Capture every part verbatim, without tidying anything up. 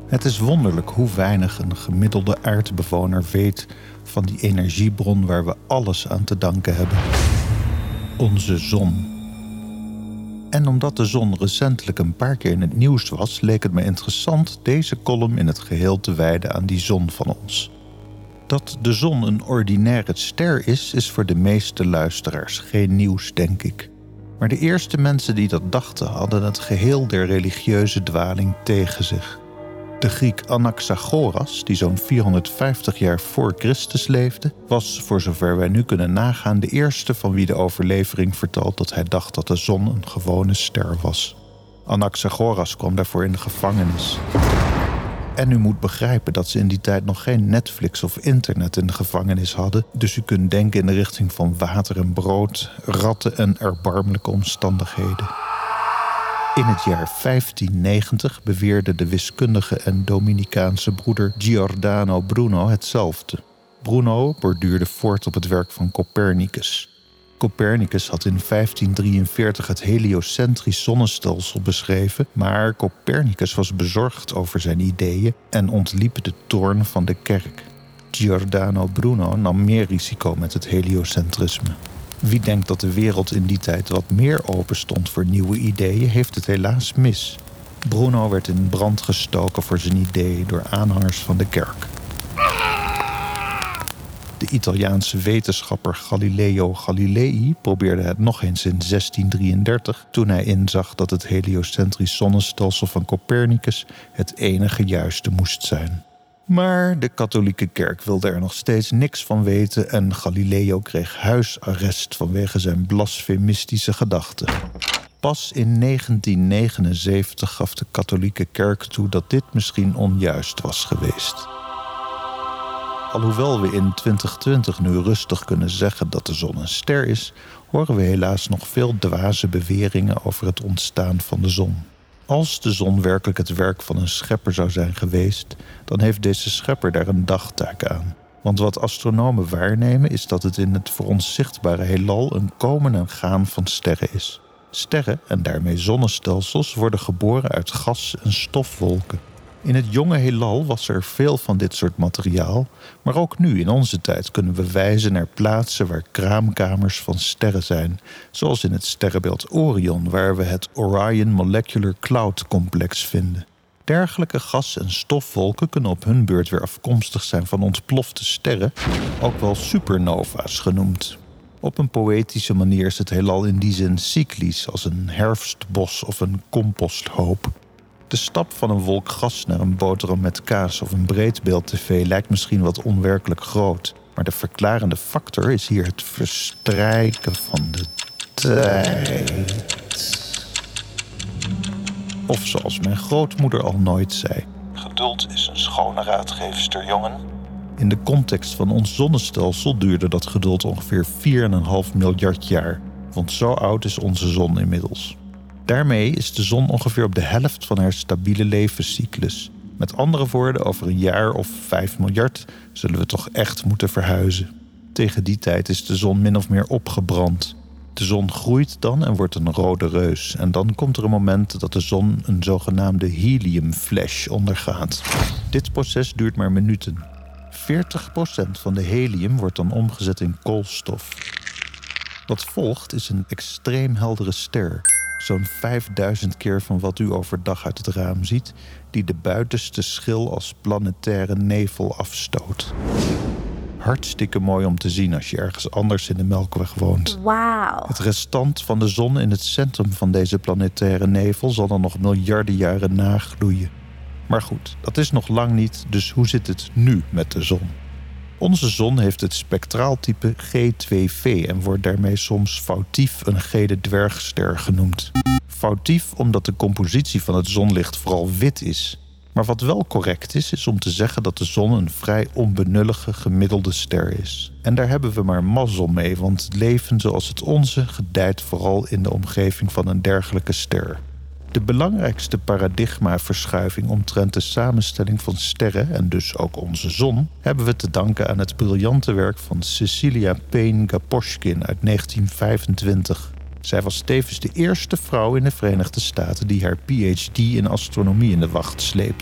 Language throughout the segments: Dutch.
Het is wonderlijk hoe weinig een gemiddelde aardbewoner weet van die energiebron waar we alles aan te danken hebben. Onze zon. En omdat de zon recentelijk een paar keer in het nieuws was, leek het me interessant deze column in het geheel te wijden aan die zon van ons. Dat de zon een ordinaire ster is, is voor de meeste luisteraars geen nieuws, denk ik. Maar de eerste mensen die dat dachten, hadden het geheel der religieuze dwaling tegen zich. De Griek Anaxagoras, die zo'n vierhonderdvijftig jaar voor Christus leefde, was, voor zover wij nu kunnen nagaan, de eerste van wie de overlevering vertelt dat hij dacht dat de zon een gewone ster was. Anaxagoras kwam daarvoor in de gevangenis. En u moet begrijpen dat ze in die tijd nog geen Netflix of internet in de gevangenis hadden, dus u kunt denken in de richting van water en brood, ratten en erbarmelijke omstandigheden. In het jaar vijftiennegentig beweerde de wiskundige en Dominicaanse broeder Giordano Bruno hetzelfde. Bruno borduurde voort op het werk van Copernicus. Copernicus had in vijftien drieënveertig het heliocentrisch zonnestelsel beschreven, maar Copernicus was bezorgd over zijn ideeën en ontliep de toorn van de kerk. Giordano Bruno nam meer risico met het heliocentrisme. Wie denkt dat de wereld in die tijd wat meer open stond voor nieuwe ideeën, heeft het helaas mis. Bruno werd in brand gestoken voor zijn ideeën door aanhangers van de kerk. De Italiaanse wetenschapper Galileo Galilei probeerde het nog eens in zestien drieëndertig... toen hij inzag dat het heliocentrisch zonnestelsel van Copernicus het enige juiste moest zijn. Maar de katholieke kerk wilde er nog steeds niks van weten en Galileo kreeg huisarrest vanwege zijn blasfemistische gedachten. Pas in negentien negenenzeventig gaf de katholieke kerk toe dat dit misschien onjuist was geweest. Alhoewel we in twintig twintig nu rustig kunnen zeggen dat de zon een ster is, horen we helaas nog veel dwaze beweringen over het ontstaan van de zon. Als de zon werkelijk het werk van een schepper zou zijn geweest, dan heeft deze schepper daar een dagtaak aan. Want wat astronomen waarnemen is dat het in het voor ons zichtbare heelal een komen en gaan van sterren is. Sterren, en daarmee zonnestelsels, worden geboren uit gas- en stofwolken. In het jonge heelal was er veel van dit soort materiaal, maar ook nu in onze tijd kunnen we wijzen naar plaatsen waar kraamkamers van sterren zijn, zoals in het sterrenbeeld Orion, waar we het Orion Molecular Cloud Complex vinden. Dergelijke gas- en stofwolken kunnen op hun beurt weer afkomstig zijn van ontplofte sterren, ook wel supernova's genoemd. Op een poëtische manier is het heelal in die zin cyclisch, als een herfstbos of een composthoop. De stap van een wolk gas naar een boterham met kaas of een breedbeeld-tv lijkt misschien wat onwerkelijk groot, maar de verklarende factor is hier het verstrijken van de tijd. Of zoals mijn grootmoeder al nooit zei: geduld is een schone raadgeefster, jongen. In de context van ons zonnestelsel duurde dat geduld ongeveer vier komma vijf miljard jaar, want zo oud is onze zon inmiddels. Daarmee is de zon ongeveer op de helft van haar stabiele levenscyclus. Met andere woorden, over een jaar of vijf miljard zullen we toch echt moeten verhuizen. Tegen die tijd is de zon min of meer opgebrand. De zon groeit dan en wordt een rode reus. En dan komt er een moment dat de zon een zogenaamde heliumflash ondergaat. Dit proces duurt maar minuten. veertig procent van de helium wordt dan omgezet in koolstof. Wat volgt is een extreem heldere ster, zo'n vijfduizend keer van wat u overdag uit het raam ziet, die de buitenste schil als planetaire nevel afstoot. Hartstikke mooi om te zien als je ergens anders in de Melkweg woont. Wauw. Het restant van de zon in het centrum van deze planetaire nevel zal dan nog miljarden jaren nagloeien. Maar goed, dat is nog lang niet, dus hoe zit het nu met de zon? Onze zon heeft het spectraaltype G twee V en wordt daarmee soms foutief een gele dwergster genoemd. Foutief omdat de compositie van het zonlicht vooral wit is. Maar wat wel correct is, is om te zeggen dat de zon een vrij onbenullige gemiddelde ster is. En daar hebben we maar mazzel mee, want het leven zoals het onze gedijt vooral in de omgeving van een dergelijke ster. De belangrijkste paradigmaverschuiving omtrent de samenstelling van sterren, en dus ook onze zon, hebben we te danken aan het briljante werk van Cecilia Payne-Gaposchkin uit negentien vijfentwintig. Zij was tevens de eerste vrouw in de Verenigde Staten die haar P H D in astronomie in de wacht sleepte.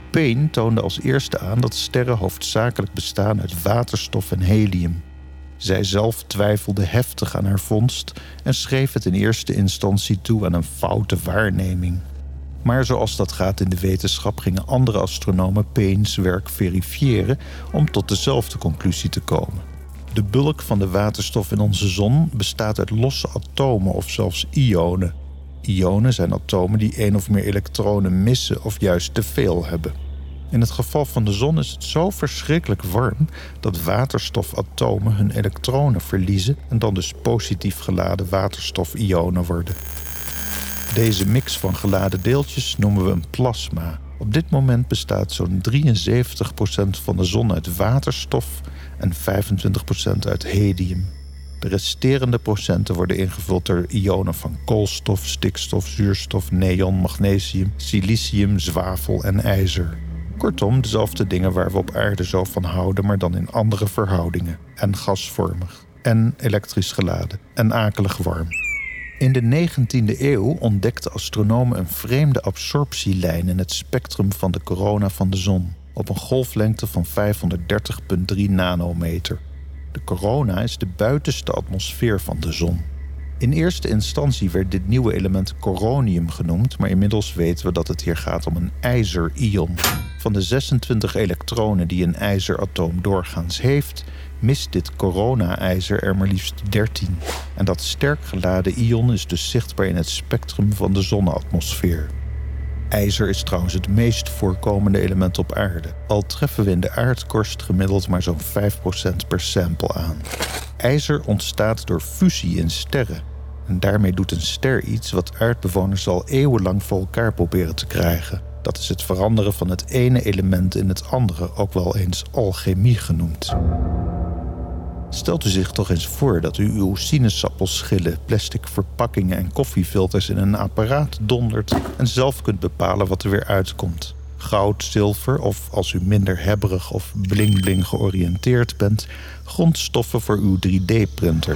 Payne toonde als eerste aan dat sterren hoofdzakelijk bestaan uit waterstof en helium. Zij zelf twijfelde heftig aan haar vondst en schreef het in eerste instantie toe aan een foute waarneming. Maar zoals dat gaat in de wetenschap gingen andere astronomen Payne's werk verifiëren om tot dezelfde conclusie te komen. De bulk van de waterstof in onze zon bestaat uit losse atomen of zelfs ionen. Ionen zijn atomen die één of meer elektronen missen of juist te veel hebben. In het geval van de zon is het zo verschrikkelijk warm dat waterstofatomen hun elektronen verliezen en dan dus positief geladen waterstofionen worden. Deze mix van geladen deeltjes noemen we een plasma. Op dit moment bestaat zo'n drieënzeventig procent van de zon uit waterstof en vijfentwintig procent uit helium. De resterende procenten worden ingevuld door ionen van koolstof, stikstof, zuurstof, neon, magnesium, silicium, zwavel en ijzer. Kortom, dezelfde dingen waar we op aarde zo van houden, maar dan in andere verhoudingen. En gasvormig. En elektrisch geladen. En akelig warm. In de negentiende eeuw ontdekten astronomen een vreemde absorptielijn in het spectrum van de corona van de zon, op een golflengte van vijfhonderddertig komma drie nanometer. De corona is de buitenste atmosfeer van de zon. In eerste instantie werd dit nieuwe element coronium genoemd, maar inmiddels weten we dat het hier gaat om een ijzerion. Van de zesentwintig elektronen die een ijzeratoom doorgaans heeft, mist dit corona-ijzer er maar liefst dertien. En dat sterk geladen ion is dus zichtbaar in het spectrum van de zonneatmosfeer. IJzer is trouwens het meest voorkomende element op aarde, al treffen we in de aardkorst gemiddeld maar zo'n vijf procent per sample aan. IJzer ontstaat door fusie in sterren. En daarmee doet een ster iets wat aardbewoners al eeuwenlang voor elkaar proberen te krijgen. Dat is het veranderen van het ene element in het andere, ook wel eens alchemie genoemd. Stelt u zich toch eens voor dat u uw sinaasappelschillen, plastic verpakkingen en koffiefilters in een apparaat dondert en zelf kunt bepalen wat er weer uitkomt. Goud, zilver of, als u minder hebberig of bling-bling georiënteerd bent, grondstoffen voor uw drie D-printer.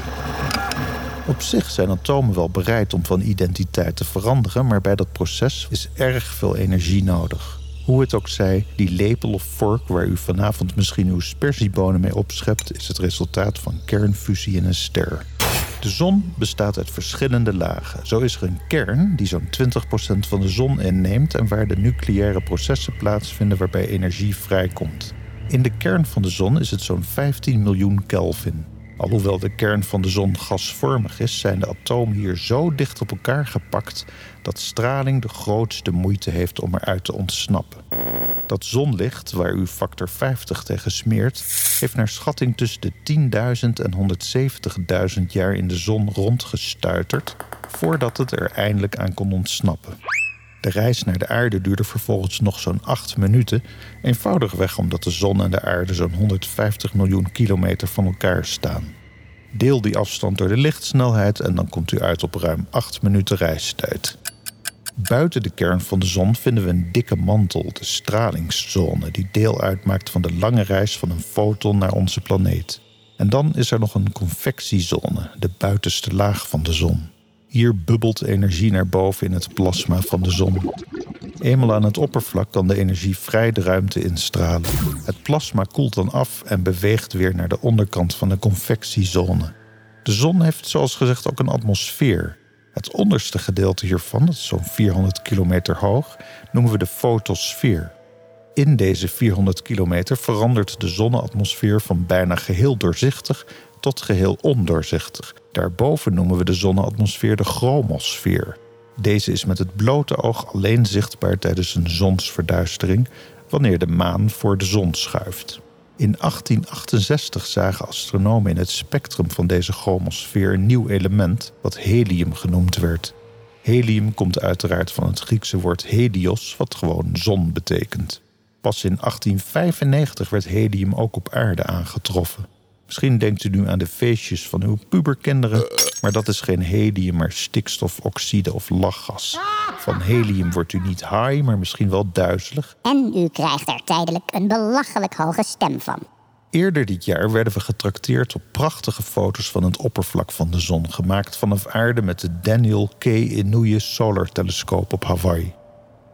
Op zich zijn atomen wel bereid om van identiteit te veranderen, maar bij dat proces is erg veel energie nodig. Hoe het ook zij, die lepel of vork waar u vanavond misschien uw sperziebonen mee opschept, is het resultaat van kernfusie in een ster. De zon bestaat uit verschillende lagen. Zo is er een kern die zo'n twintig procent van de zon inneemt en waar de nucleaire processen plaatsvinden waarbij energie vrijkomt. In de kern van de zon is het zo'n vijftien miljoen Kelvin. Alhoewel de kern van de zon gasvormig is, zijn de atomen hier zo dicht op elkaar gepakt dat straling de grootste moeite heeft om eruit te ontsnappen. Dat zonlicht, waar u factor vijftig tegen smeert, heeft naar schatting tussen de tienduizend en honderdzeventigduizend jaar in de zon rondgestuiterd voordat het er eindelijk aan kon ontsnappen. De reis naar de aarde duurde vervolgens nog zo'n acht minuten, eenvoudigweg omdat de zon en de aarde zo'n honderdvijftig miljoen kilometer van elkaar staan. Deel die afstand door de lichtsnelheid en dan komt u uit op ruim acht minuten reistijd. Buiten de kern van de zon vinden we een dikke mantel, de stralingszone, die deel uitmaakt van de lange reis van een foton naar onze planeet. En dan is er nog een convectiezone, de buitenste laag van de zon. Hier bubbelt energie naar boven in het plasma van de zon. Eenmaal aan het oppervlak kan de energie vrij de ruimte instralen. Het plasma koelt dan af en beweegt weer naar de onderkant van de convectiezone. De zon heeft zoals gezegd ook een atmosfeer. Het onderste gedeelte hiervan, dat is zo'n vierhonderd kilometer hoog, noemen we de fotosfeer. In deze vierhonderd kilometer verandert de zonneatmosfeer van bijna geheel doorzichtig tot geheel ondoorzichtig. Daarboven noemen we de zonneatmosfeer de chromosfeer. Deze is met het blote oog alleen zichtbaar tijdens een zonsverduistering, wanneer de maan voor de zon schuift. In achttien achtenzestig zagen astronomen in het spectrum van deze chromosfeer een nieuw element, wat helium genoemd werd. Helium komt uiteraard van het Griekse woord helios, wat gewoon zon betekent. Pas in achttien vijfennegentig werd helium ook op aarde aangetroffen. Misschien denkt u nu aan de feestjes van uw puberkinderen, maar dat is geen helium, maar stikstofoxide of lachgas. Van helium wordt u niet high, maar misschien wel duizelig. En u krijgt er tijdelijk een belachelijk hoge stem van. Eerder dit jaar werden we getrakteerd op prachtige foto's van het oppervlak van de zon, gemaakt vanaf aarde met de Daniel K. Inouye Solar Telescoop op Hawaii.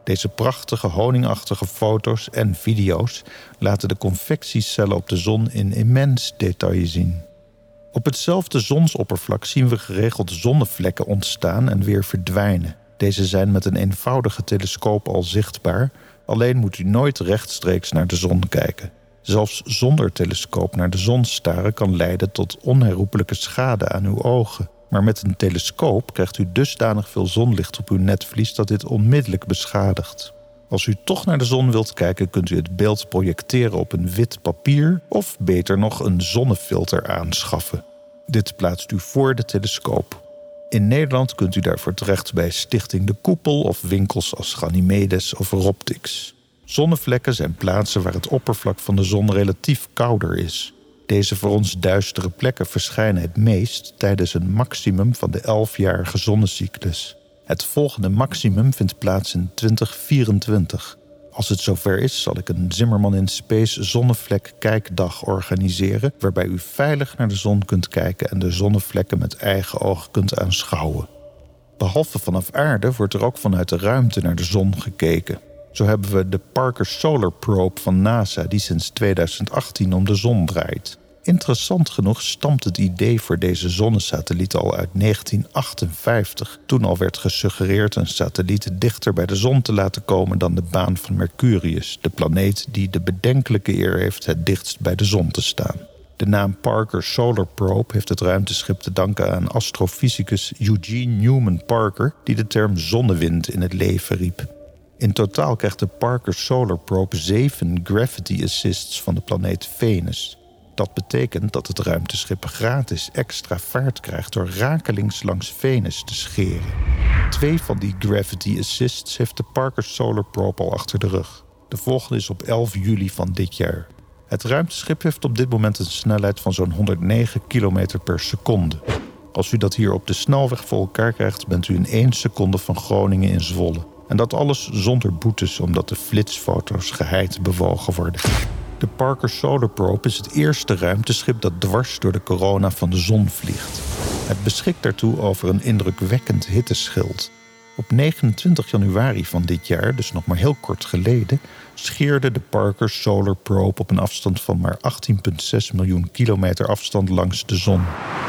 Deze prachtige honingachtige foto's en video's laten de convectiecellen op de zon in immens detail zien. Op hetzelfde zonsoppervlak zien we geregeld zonnevlekken ontstaan en weer verdwijnen. Deze zijn met een eenvoudige telescoop al zichtbaar, alleen moet u nooit rechtstreeks naar de zon kijken. Zelfs zonder telescoop naar de zon staren kan leiden tot onherroepelijke schade aan uw ogen. Maar met een telescoop krijgt u dusdanig veel zonlicht op uw netvlies dat dit onmiddellijk beschadigt. Als u toch naar de zon wilt kijken, kunt u het beeld projecteren op een wit papier of beter nog een zonnefilter aanschaffen. Dit plaatst u voor de telescoop. In Nederland kunt u daarvoor terecht bij Stichting De Koepel of winkels als Ganymedes of Roptix. Zonnevlekken zijn plaatsen waar het oppervlak van de zon relatief kouder is. Deze voor ons duistere plekken verschijnen het meest tijdens een maximum van de elfjarige zonnecyclus. Het volgende maximum vindt plaats in twintig vierentwintig. Als het zover is, zal ik een Zimmerman in Space zonnevlek kijkdag organiseren, waarbij u veilig naar de zon kunt kijken en de zonnevlekken met eigen ogen kunt aanschouwen. Behalve vanaf aarde wordt er ook vanuit de ruimte naar de zon gekeken. Zo hebben we de Parker Solar Probe van NASA, die sinds tweeduizend achttien om de zon draait. Interessant genoeg stamt het idee voor deze zonnesatelliet al uit negentien achtenvijftig... toen al werd gesuggereerd een satelliet dichter bij de zon te laten komen dan de baan van Mercurius, de planeet die de bedenkelijke eer heeft het dichtst bij de zon te staan. De naam Parker Solar Probe heeft het ruimteschip te danken aan astrofysicus Eugene Newman Parker, die de term zonnewind in het leven riep. In totaal krijgt de Parker Solar Probe zeven gravity assists van de planeet Venus. Dat betekent dat het ruimteschip gratis extra vaart krijgt door rakelings langs Venus te scheren. Twee van die gravity assists heeft de Parker Solar Probe al achter de rug. De volgende is op elf juli van dit jaar. Het ruimteschip heeft op dit moment een snelheid van zo'n honderdnegen kilometer per seconde. Als u dat hier op de snelweg voor elkaar krijgt, bent u in één seconde van Groningen in Zwolle. En dat alles zonder boetes, omdat de flitsfoto's geheid bewogen worden. De Parker Solar Probe is het eerste ruimteschip dat dwars door de corona van de zon vliegt. Het beschikt daartoe over een indrukwekkend hitteschild. Op negenentwintig januari van dit jaar, dus nog maar heel kort geleden, scheerde de Parker Solar Probe op een afstand van maar achttien komma zes miljoen kilometer afstand langs de zon.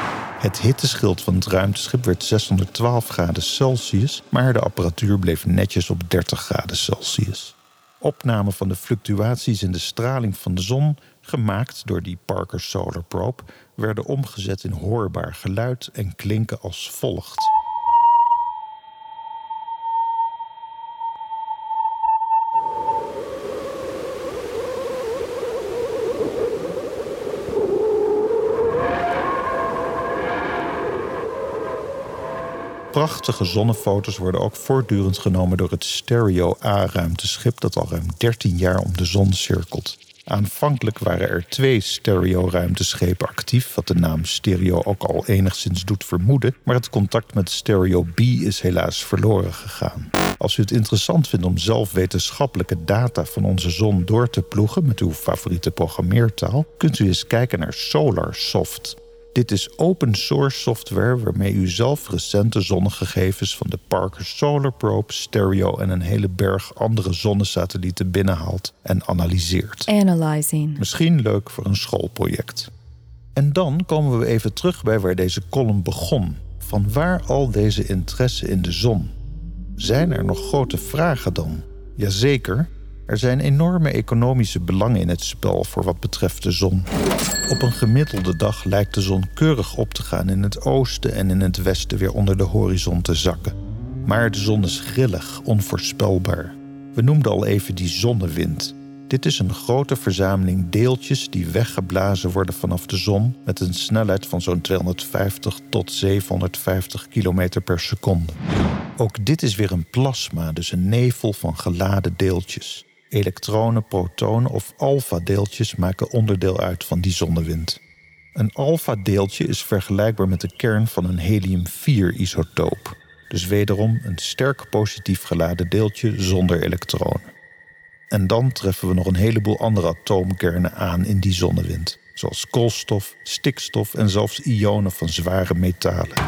Het hitteschild van het ruimteschip werd zeshonderdtwaalf graden Celsius, maar de apparatuur bleef netjes op dertig graden Celsius. Opnamen van de fluctuaties in de straling van de zon, gemaakt door die Parker Solar Probe, werden omgezet in hoorbaar geluid en klinken als volgt. Prachtige zonnefoto's worden ook voortdurend genomen door het Stereo A-ruimteschip dat al ruim dertien jaar om de zon cirkelt. Aanvankelijk waren er twee Stereo-ruimteschepen actief, wat de naam Stereo ook al enigszins doet vermoeden, maar het contact met Stereo B is helaas verloren gegaan. Als u het interessant vindt om zelf wetenschappelijke data van onze zon door te ploegen met uw favoriete programmeertaal, kunt u eens kijken naar SolarSoft. Dit is open source software waarmee u zelf recente zonnegegevens van de Parker Solar Probe, Stereo en een hele berg andere zonnesatellieten binnenhaalt en analyseert. Analyzing. Misschien leuk voor een schoolproject. En dan komen we even terug bij waar deze column begon. Van waar al deze interesse in de zon? Zijn er nog grote vragen dan? Jazeker. Er zijn enorme economische belangen in het spel voor wat betreft de zon. Op een gemiddelde dag lijkt de zon keurig op te gaan in het oosten en in het westen weer onder de horizon te zakken. Maar de zon is grillig, onvoorspelbaar. We noemden al even die zonnewind. Dit is een grote verzameling deeltjes die weggeblazen worden vanaf de zon met een snelheid van zo'n tweehonderdvijftig tot zevenhonderdvijftig kilometer per seconde. Ook dit is weer een plasma, dus een nevel van geladen deeltjes. Elektronen, protonen of alfa-deeltjes maken onderdeel uit van die zonnewind. Een alfa-deeltje is vergelijkbaar met de kern van een helium vier isotoop. Dus wederom een sterk positief geladen deeltje zonder elektronen. En dan treffen we nog een heleboel andere atoomkernen aan in die zonnewind. Zoals koolstof, stikstof en zelfs ionen van zware metalen.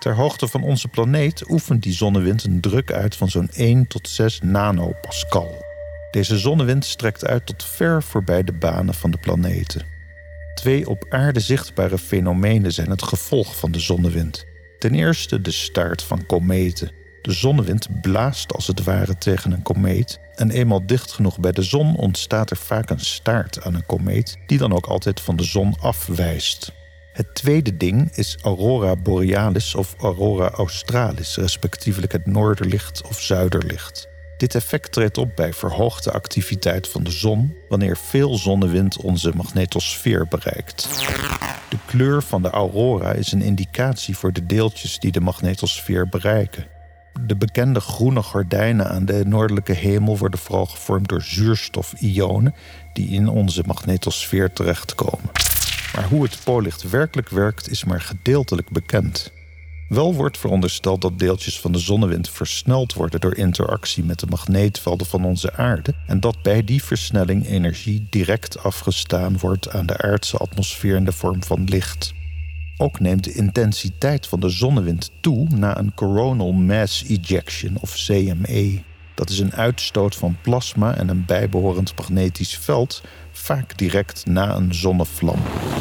Ter hoogte van onze planeet oefent die zonnewind een druk uit van zo'n één tot zes nanopascal. Deze zonnewind strekt uit tot ver voorbij de banen van de planeten. Twee op aarde zichtbare fenomenen zijn het gevolg van de zonnewind. Ten eerste de staart van kometen. De zonnewind blaast als het ware tegen een komeet en eenmaal dicht genoeg bij de zon ontstaat er vaak een staart aan een komeet die dan ook altijd van de zon afwijst. Het tweede ding is aurora borealis of aurora australis, respectievelijk het noorderlicht of zuiderlicht. Dit effect treedt op bij verhoogde activiteit van de zon wanneer veel zonnewind onze magnetosfeer bereikt. De kleur van de aurora is een indicatie voor de deeltjes die de magnetosfeer bereiken. De bekende groene gordijnen aan de noordelijke hemel worden vooral gevormd door zuurstofionen die in onze magnetosfeer terechtkomen. Maar hoe het poollicht werkelijk werkt is maar gedeeltelijk bekend. Wel wordt verondersteld dat deeltjes van de zonnewind versneld worden door interactie met de magneetvelden van onze aarde en dat bij die versnelling energie direct afgestaan wordt aan de aardse atmosfeer in de vorm van licht. Ook neemt de intensiteit van de zonnewind toe na een coronal mass ejection of C M E. Dat is een uitstoot van plasma en een bijbehorend magnetisch veld, vaak direct na een zonnevlam.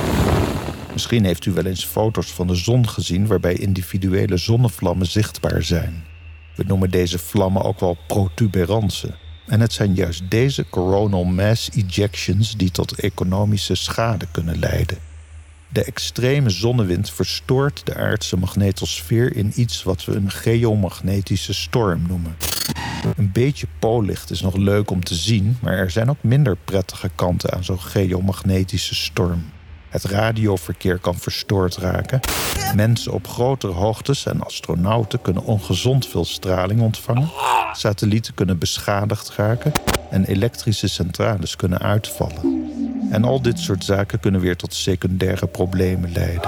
Misschien heeft u wel eens foto's van de zon gezien waarbij individuele zonnevlammen zichtbaar zijn. We noemen deze vlammen ook wel protuberansen. En het zijn juist deze coronal mass ejections die tot economische schade kunnen leiden. De extreme zonnewind verstoort de aardse magnetosfeer in iets wat we een geomagnetische storm noemen. Een beetje poollicht is nog leuk om te zien, maar er zijn ook minder prettige kanten aan zo'n geomagnetische storm. Het radioverkeer kan verstoord raken. Mensen op grotere hoogtes en astronauten kunnen ongezond veel straling ontvangen. Satellieten kunnen beschadigd raken en elektrische centrales kunnen uitvallen. En al dit soort zaken kunnen weer tot secundaire problemen leiden.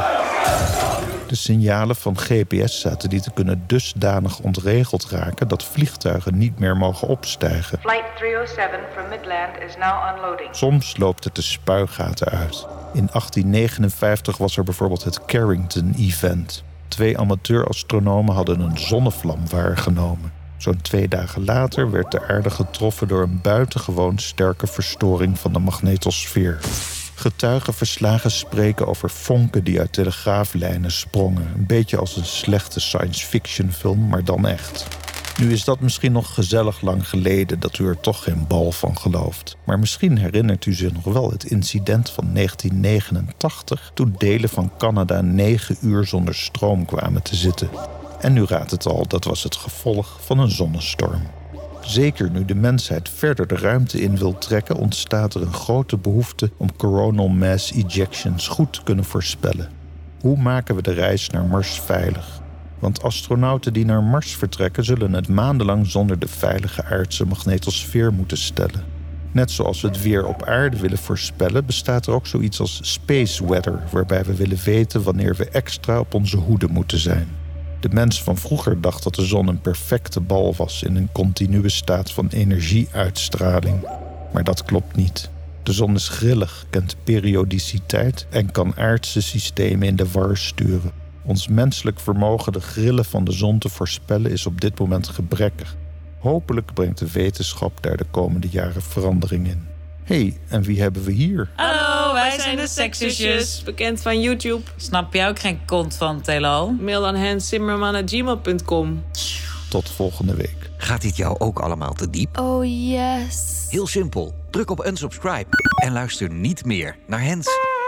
De signalen van G P S-satellieten kunnen dusdanig ontregeld raken dat vliegtuigen niet meer mogen opstijgen. Flight driehonderdzeven from Midland is now unloading. Soms loopt het de spuigaten uit. In achttien negenenvijftig was er bijvoorbeeld het Carrington-event. Twee amateurastronomen hadden een zonnevlam waargenomen. Zo'n twee dagen later werd de aarde getroffen door een buitengewoon sterke verstoring van de magnetosfeer. Getuigenverslagen spreken over vonken die uit telegraaflijnen sprongen. Een beetje als een slechte science fiction film, maar dan echt. Nu is dat misschien nog gezellig lang geleden dat u er toch geen bal van gelooft. Maar misschien herinnert u zich nog wel het incident van negentien negenentachtig... toen delen van Canada negen uur zonder stroom kwamen te zitten. En u raadt het al, dat was het gevolg van een zonnestorm. Zeker nu de mensheid verder de ruimte in wil trekken, ontstaat er een grote behoefte om coronal mass ejections goed te kunnen voorspellen. Hoe maken we de reis naar Mars veilig? Want astronauten die naar Mars vertrekken zullen het maandenlang zonder de veilige aardse magnetosfeer moeten stellen. Net zoals we het weer op aarde willen voorspellen, bestaat er ook zoiets als space weather, waarbij we willen weten wanneer we extra op onze hoede moeten zijn. De mens van vroeger dacht dat de zon een perfecte bal was in een continue staat van energieuitstraling. Maar dat klopt niet. De zon is grillig, kent periodiciteit en kan aardse systemen in de war sturen. Ons menselijk vermogen de grillen van de zon te voorspellen is op dit moment gebrekkig. Hopelijk brengt de wetenschap daar de komende jaren verandering in. Hé, hey, en wie hebben we hier? Hallo, wij zijn de Seksjusjes, bekend van YouTube. Snap je ook geen kont van, Telo? Mail dan hans zimmerman at gmail punt com. Tot volgende week. Gaat dit jou ook allemaal te diep? Oh yes. Heel simpel. Druk op unsubscribe en luister niet meer naar Hens.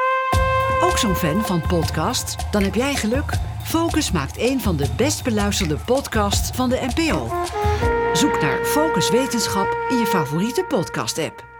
Ook zo'n fan van podcasts? Dan heb jij geluk. Focus maakt een van de best beluisterde podcasts van de N P O. Zoek naar Focus Wetenschap in je favoriete podcast-app.